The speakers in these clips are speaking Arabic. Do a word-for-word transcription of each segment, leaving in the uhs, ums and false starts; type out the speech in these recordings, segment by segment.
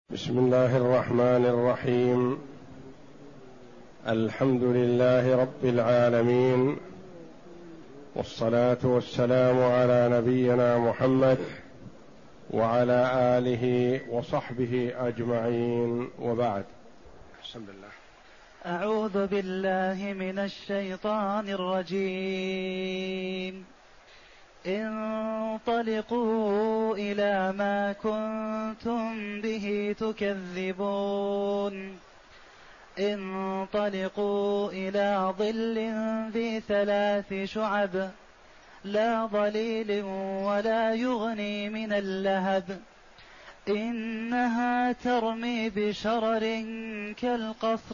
بسم الله الرحمن الرحيم. الحمد لله رب العالمين، والصلاة والسلام على نبينا محمد وعلى آله وصحبه أجمعين، وبعد. بسم الله. أعوذ بالله من الشيطان الرجيم. انطلقوا إلى ما كنتم به تكذبون انطلقوا إلى ظل ذي ثلاث شعب لا ظليل ولا يغني من اللهب إنها ترمي بشرر كالقصر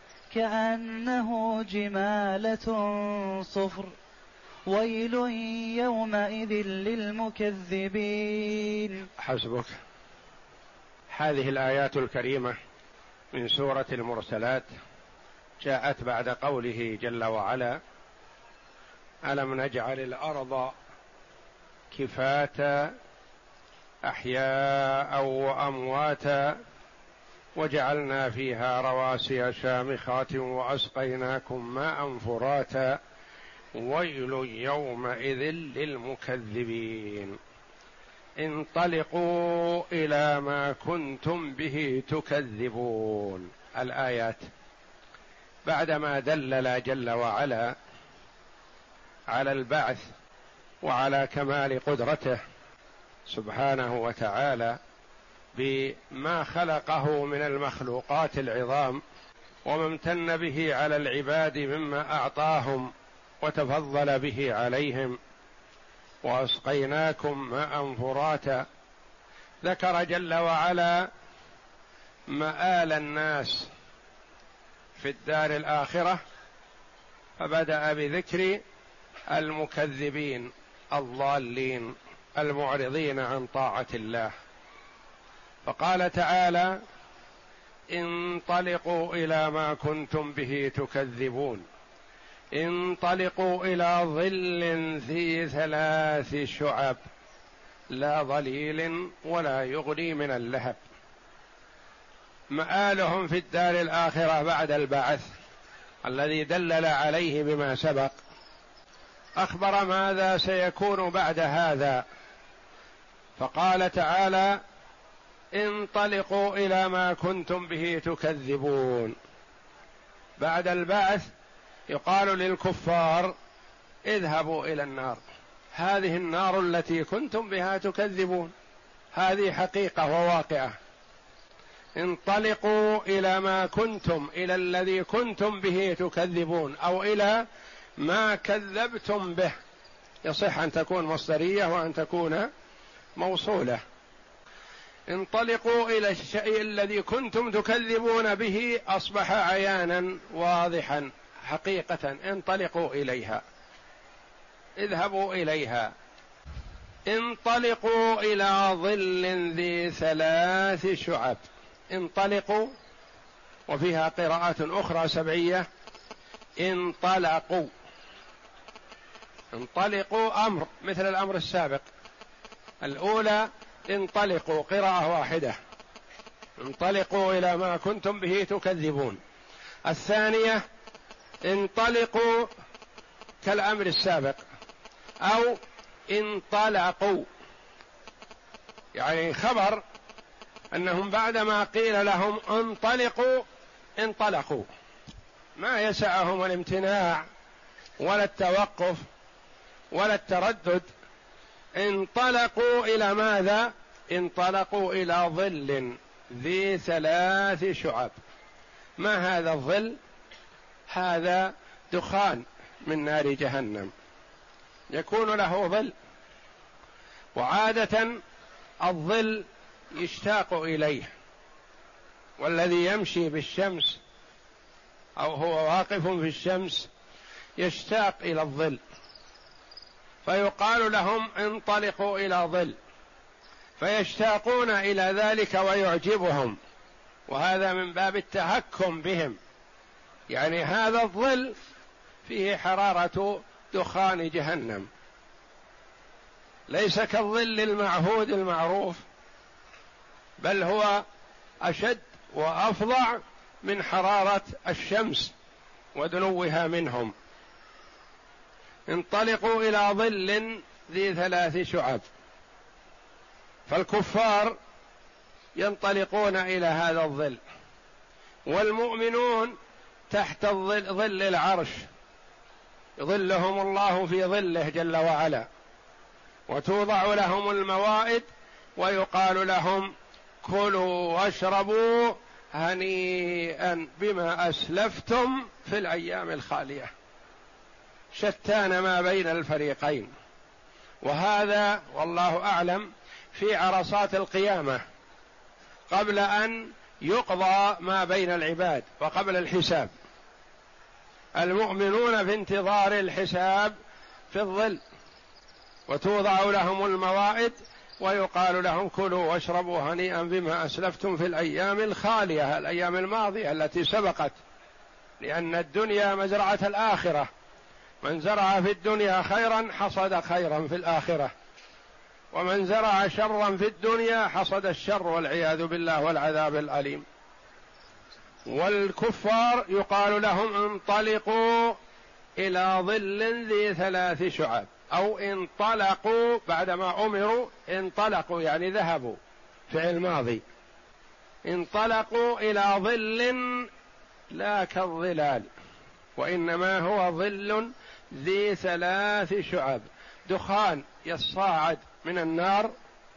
كأنه جمالة صفر ويل يومئذ للمكذبين. حسبك. هذه الآيات الكريمة من سورة المرسلات جاءت بعد قوله جل وعلا: ألم نجعل الأرض كفاتا أحياء وأمواتا وجعلنا فيها رواسي شامخات وأسقيناكم ماء فراتا ويل يومئذ للمكذبين. انطلقوا إلى ما كنتم به تكذبون. الآيات بعدما دلل جل وعلا على البعث وعلى كمال قدرته سبحانه وتعالى بما خلقه من المخلوقات العظام وما امتن به على العباد مما أعطاهم وتفضل به عليهم، وأسقيناكم ماء فراتا، ذكر جل وعلا مآل الناس في الدار الآخرة، فبدأ بذكر المكذبين الضالين المعرضين عن طاعة الله، فقال تعالى: انطلقوا إلى ما كنتم به تكذبون انطلقوا إلى ظل ذي ثلاث شعب لا ظليل ولا يغني من اللهب. مآلهم في الدار الآخرة بعد البعث الذي دلل عليه بما سبق، أخبر ماذا سيكون بعد هذا، فقال تعالى: انطلقوا إلى ما كنتم به تكذبون. بعد البعث يقال للكفار: اذهبوا إلى النار، هذه النار التي كنتم بها تكذبون، هذه حقيقة وواقعة. انطلقوا إلى ما كنتم، إلى الذي كنتم به تكذبون، أو إلى ما كذبتم به، يصح أن تكون مصدرية وأن تكون موصولة. انطلقوا إلى الشيء الذي كنتم تكذبون به، أصبح عيانا واضحا حقيقة، انطلقوا إليها، اذهبوا إليها. انطلقوا إلى ظل ذي ثلاث شعب. انطلقوا، وفيها قراءة أخرى سبعية: انطلقوا. انطلقوا أمر مثل الأمر السابق. الأولى انطلقوا قراءة واحدة، انطلقوا إلى ما كنتم به تكذبون. الثانية انطلقوا كالأمر السابق، أو انطلقوا يعني خبر أنهم بعدما قيل لهم انطلقوا انطلقوا، ما يسعهم الامتناع ولا التوقف ولا التردد. انطلقوا إلى ماذا؟ انطلقوا إلى ظل ذي ثلاث شعب. ما هذا الظل؟ هذا دخان من نار جهنم، يكون له ظل، وعادة الظل يشتاق إليه، والذي يمشي بالشمس أو هو واقف في الشمس يشتاق إلى الظل، فيقال لهم انطلقوا إلى ظل، فيشتاقون إلى ذلك ويعجبهم، وهذا من باب التهكم بهم، يعني هذا الظل فيه حرارة دخان جهنم، ليس كالظل المعهود المعروف، بل هو أشد وأفظع من حرارة الشمس ودنوها منهم. انطلقوا إلى ظل ذي ثلاث شعب، فالكفار ينطلقون إلى هذا الظل، والمؤمنون تحت الظل ظل العرش يظلهم الله في ظله جل وعلا، وتوضع لهم الموائد ويقال لهم كلوا واشربوا هنيئا بما أسلفتم في الأيام الخالية. شتان ما بين الفريقين، وهذا والله أعلم في عرصات القيامة قبل أن يقضى ما بين العباد وقبل الحساب. المؤمنون في انتظار الحساب في الظل، وتوضع لهم الموائد ويقال لهم كلوا واشربوا هنيئا بما أسلفتم في الأيام الخالية، الأيام الماضية التي سبقت، لأن الدنيا مزرعة الآخرة، من زرع في الدنيا خيرا حصد خيرا في الآخرة، ومن زرع شرا في الدنيا حصد الشر والعياذ بالله والعذاب الأليم. والكفار يقال لهم انطلقوا إلى ظل ذي ثلاث شعب، أو انطلقوا بعدما أمروا، انطلقوا يعني ذهبوا، فعل ماضي، انطلقوا إلى ظل لا كالظلال، وإنما هو ظل ذي ثلاث شعب، دخان يصاعد من النار،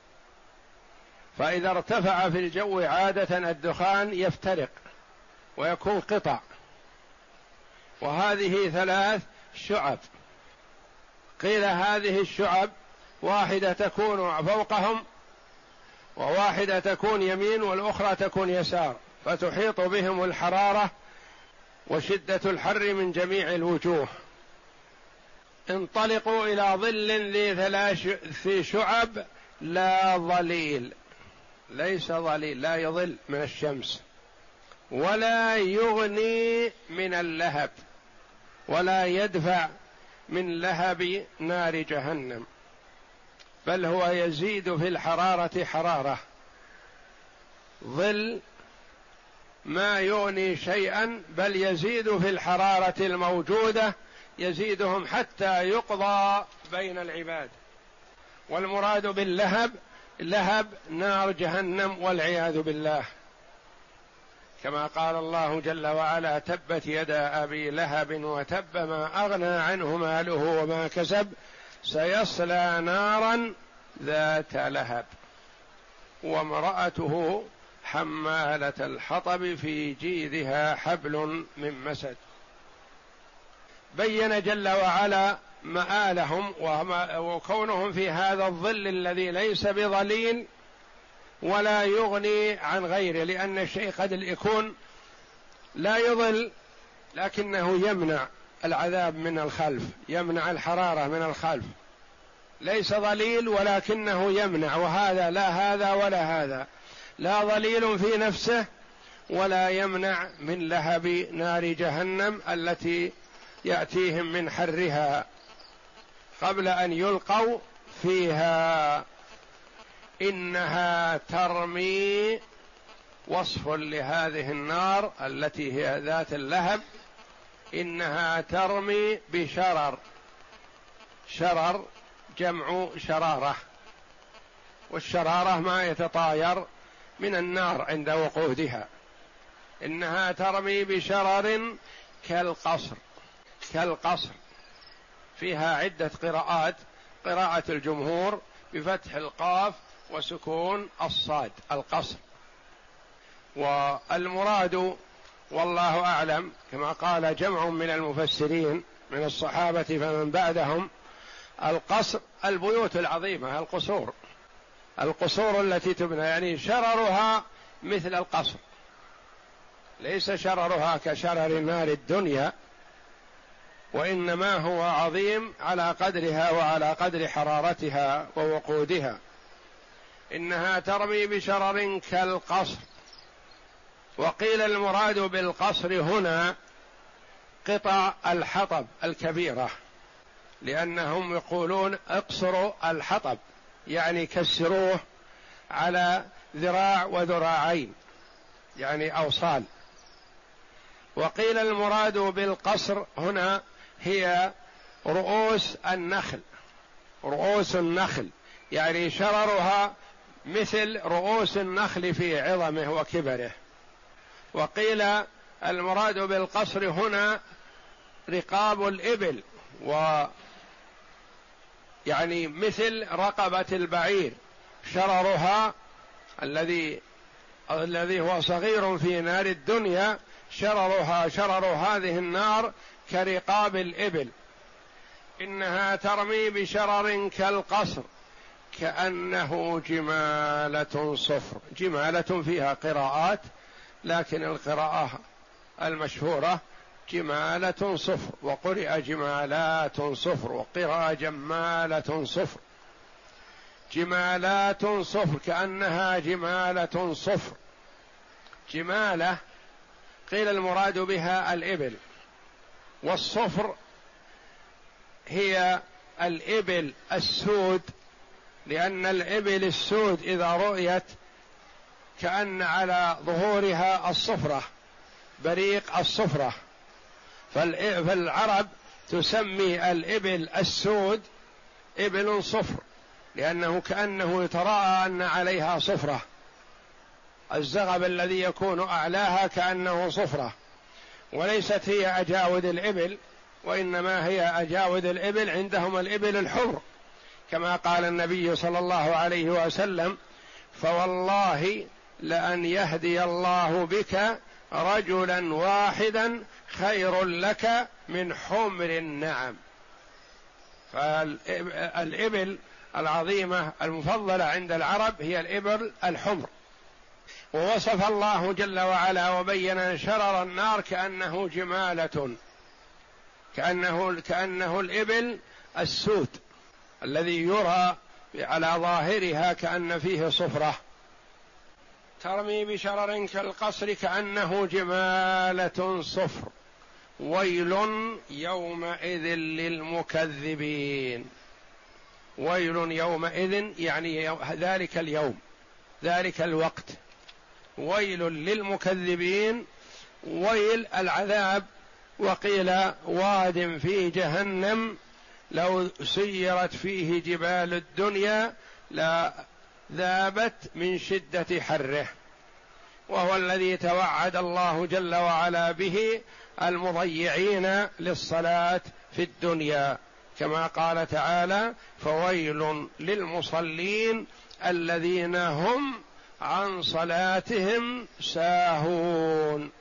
فإذا ارتفع في الجو عادة الدخان يفترق ويكون قطع، وهذه ثلاث شعب. قيل هذه الشعب واحدة تكون فوقهم، وواحدة تكون يمين، والأخرى تكون يسار، فتحيط بهم الحرارة وشدة الحر من جميع الوجوه. انطلقوا إلى ظل ذي ثلاث شعب لا ظليل، ليس ظليل، لا يظل من الشمس، ولا يغني من اللهب، ولا يدفع من لهب نار جهنم، بل هو يزيد في الحرارة حرارة. ظل ما يغني شيئا، بل يزيد في الحرارة الموجودة، يزيدهم حتى يقضى بين العباد. والمراد باللهب لهب نار جهنم والعياذ بالله، كما قال الله جل وعلا تبت يدا أبي لهب وتب ما أغنى عنه ماله وما كسب سيصلى نارا ذات لهب وامرأته حمالة الحطب في جيدها حبل من مسد. بين جل وعلا مآلهم وكونهم في هذا الظل الذي ليس بظليل ولا يغني عن غيره، لأن الشيء قد يكون لا يظل لكنه يمنع العذاب من الخلف، يمنع الحرارة من الخلف، ليس ظليل ولكنه يمنع، وهذا لا هذا ولا هذا، لا ظليل في نفسه ولا يمنع من لهب نار جهنم التي يأتيهم من حرها قبل أن يلقوا فيها. إنها ترمي، وصف لهذه النار التي هي ذات اللهب، إنها ترمي بشرر، شرر جمع شرارة، والشرارة ما يتطاير من النار عند وقودها. إنها ترمي بشرر كالقصر، كالقصر فيها عدة قراءات، قراءة الجمهور بفتح القاف وسكون الصاد القصر. والمراد والله أعلم كما قال جمع من المفسرين من الصحابة فمن بعدهم القصر البيوت العظيمة، القصور، القصور التي تبنى، يعني شررها مثل القصر، ليس شررها كشرر نار الدنيا، وإنما هو عظيم على قدرها وعلى قدر حرارتها ووقودها. إنها ترمي بشرر كالقصر. وقيل المراد بالقصر هنا قطع الحطب الكبيرة، لأنهم يقولون اقصروا الحطب، يعني كسروه على ذراع وذراعين يعني أوصال. وقيل المراد بالقصر هنا هي رؤوس النخل، رؤوس النخل يعني شررها مثل رؤوس النخل في عظمه وكبره. وقيل المراد بالقصر هنا رقاب الإبل، و يعني مثل رقبة البعير، شررها الذي الذي هو صغير في نار الدنيا، شررها شرر هذه النار كرقاب الإبل. إنها ترمي بشرر كالقصر كأنه جمالة صفر. جمالة فيها قراءات، لكن القراءة المشهورة جمالة صفر، وقرئ جمالات صفر، وقرأ جمالة صفر. جمالات صفر كأنها جمالة صفر. جمالة قيل المراد بها الإبل، والصفر هي الإبل السود، لأن الإبل السود إذا رؤيت كأن على ظهورها الصفرة، بريق الصفرة. فالعرب تسمي الإبل السود إبل صفر، لأنه كأنه يتراءى أن عليها صفرة، الزغب الذي يكون أعلاها كأنه صفرة، وليست هي أجاود الإبل، وإنما هي أجاود الإبل عندهم الإبل الحمر، كما قال النبي صلى الله عليه وسلم: فوالله لأن يهدي الله بك رجلا واحدا خير لك من حمر النعم. فالإبل العظيمة المفضلة عند العرب هي الإبل الحمر. ووصف الله جل وعلا وبين شرر النار كأنه جمالة، كأنه كأنه الإبل السود الذي يرى على ظاهرها كأن فيه صفرة. ترمي بشرر كالقصر كأنه جمالة صفر. ويل يومئذ للمكذبين. ويل يومئذ يعني ذلك اليوم، ذلك الوقت. ويل للمكذبين، ويل العذاب. وقيل واد في جهنم لو سيرت فيه جبال الدنيا لا ذابت من شدة حره، وهو الذي توعد الله جل وعلا به المضيعين للصلاة في الدنيا، كما قال تعالى: فويل للمصلين الذين هم عن صلاتهم ساهون.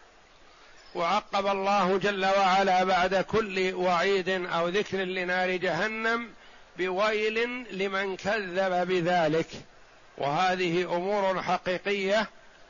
وعقب الله جل وعلا بعد كل وعيد أو ذكر لنار جهنم بويل لمن كذب بذلك. وهذه أمور حقيقية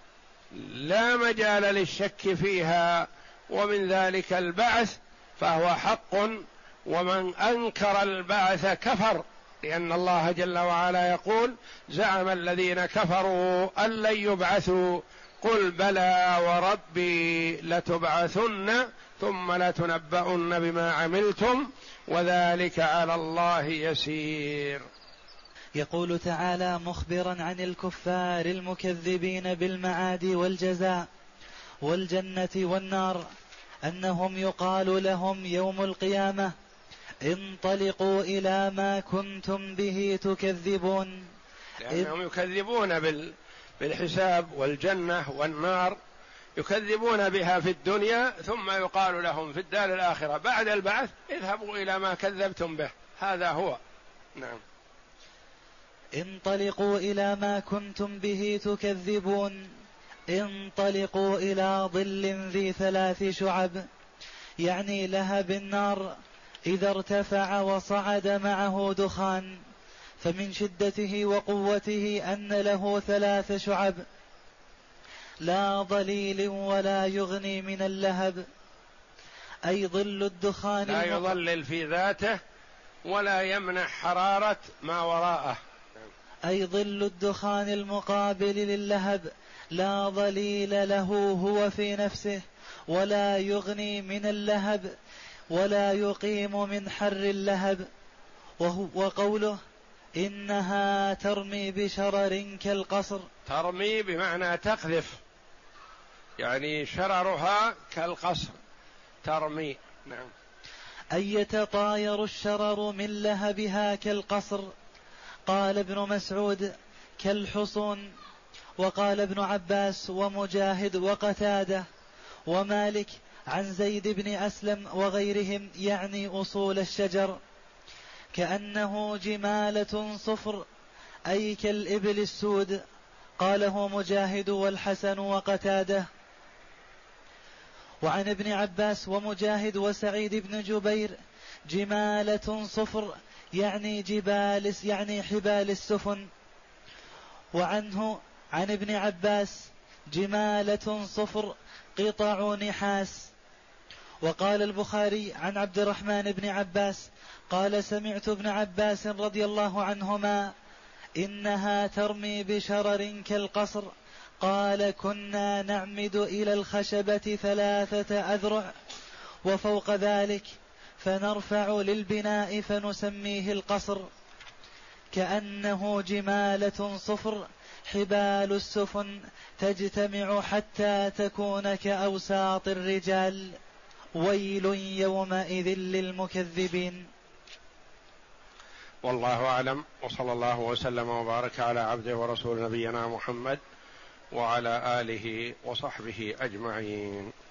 لا مجال للشك فيها، ومن ذلك البعث فهو حق، ومن أنكر البعث كفر، لأن الله جل وعلا يقول: زعم الذين كفروا أن لن يبعثوا قل بلى وربي لتبعثن ثم لتنبؤن بما عملتم وذلك على الله يسير. يقول تعالى مخبرا عن الكفار المكذبين بالمعاد والجزاء والجنة والنار أنهم يقال لهم يوم القيامة: انطلقوا إلى ما كنتم به تكذبون. لأنهم يكذبون بالحساب والجنة والنار، يكذبون بها في الدنيا، ثم يقال لهم في الدار الآخرة بعد البعث: اذهبوا إلى ما كذبتم به. هذا هو. نعم. انطلقوا إلى ما كنتم به تكذبون. انطلقوا إلى ظل ذي ثلاث شعب، يعني لهب النار إذا ارتفع وصعد معه دخان، فمن شدته وقوته أن له ثلاث شعب، لا ظليل ولا يغني من اللهب، أي ظل الدخان لا يظلل في ذاته ولا يمنع حرارة ما وراءه، أي ظل الدخان المقابل للهب، لا ظليل له هو في نفسه ولا يغني من اللهب ولا يقيم من حر اللهب. وقوله إنها ترمي بشرر كالقصر، ترمي بمعنى تقذف، يعني شررها كالقصر ترمي. نعم. أن يتطاير الشرر من لهبها كالقصر. قال ابن مسعود كالحصون. وقال ابن عباس ومجاهد وقتادة ومالك عن زيد بن أسلم وغيرهم يعني أصول الشجر كأنه جمالة صفر أي كالإبل السود. قاله مجاهد والحسن وقتاده. وعن ابن عباس ومجاهد وسعيد بن جبير جمالة صفر يعني جبال يعني حبال السفن. وعنه عن ابن عباس جمالة صفر قطع نحاس. وقال البخاري عن عبد الرحمن بن عباس قال سمعت ابن عباس رضي الله عنهما إنها ترمي بشرر كالقصر. قال كنا نعمد إلى الخشبة ثلاثة أذرع وفوق ذلك فنرفع للبناء فنسميه القصر كأنه جمالة صفر حبال السفن تجتمع حتى تكون كأوساط الرجال. ويل يومئذ للمكذبين. والله أعلم، وصلى الله وسلم وبارك على عبده ورسول نبينا محمد وعلى آله وصحبه أجمعين.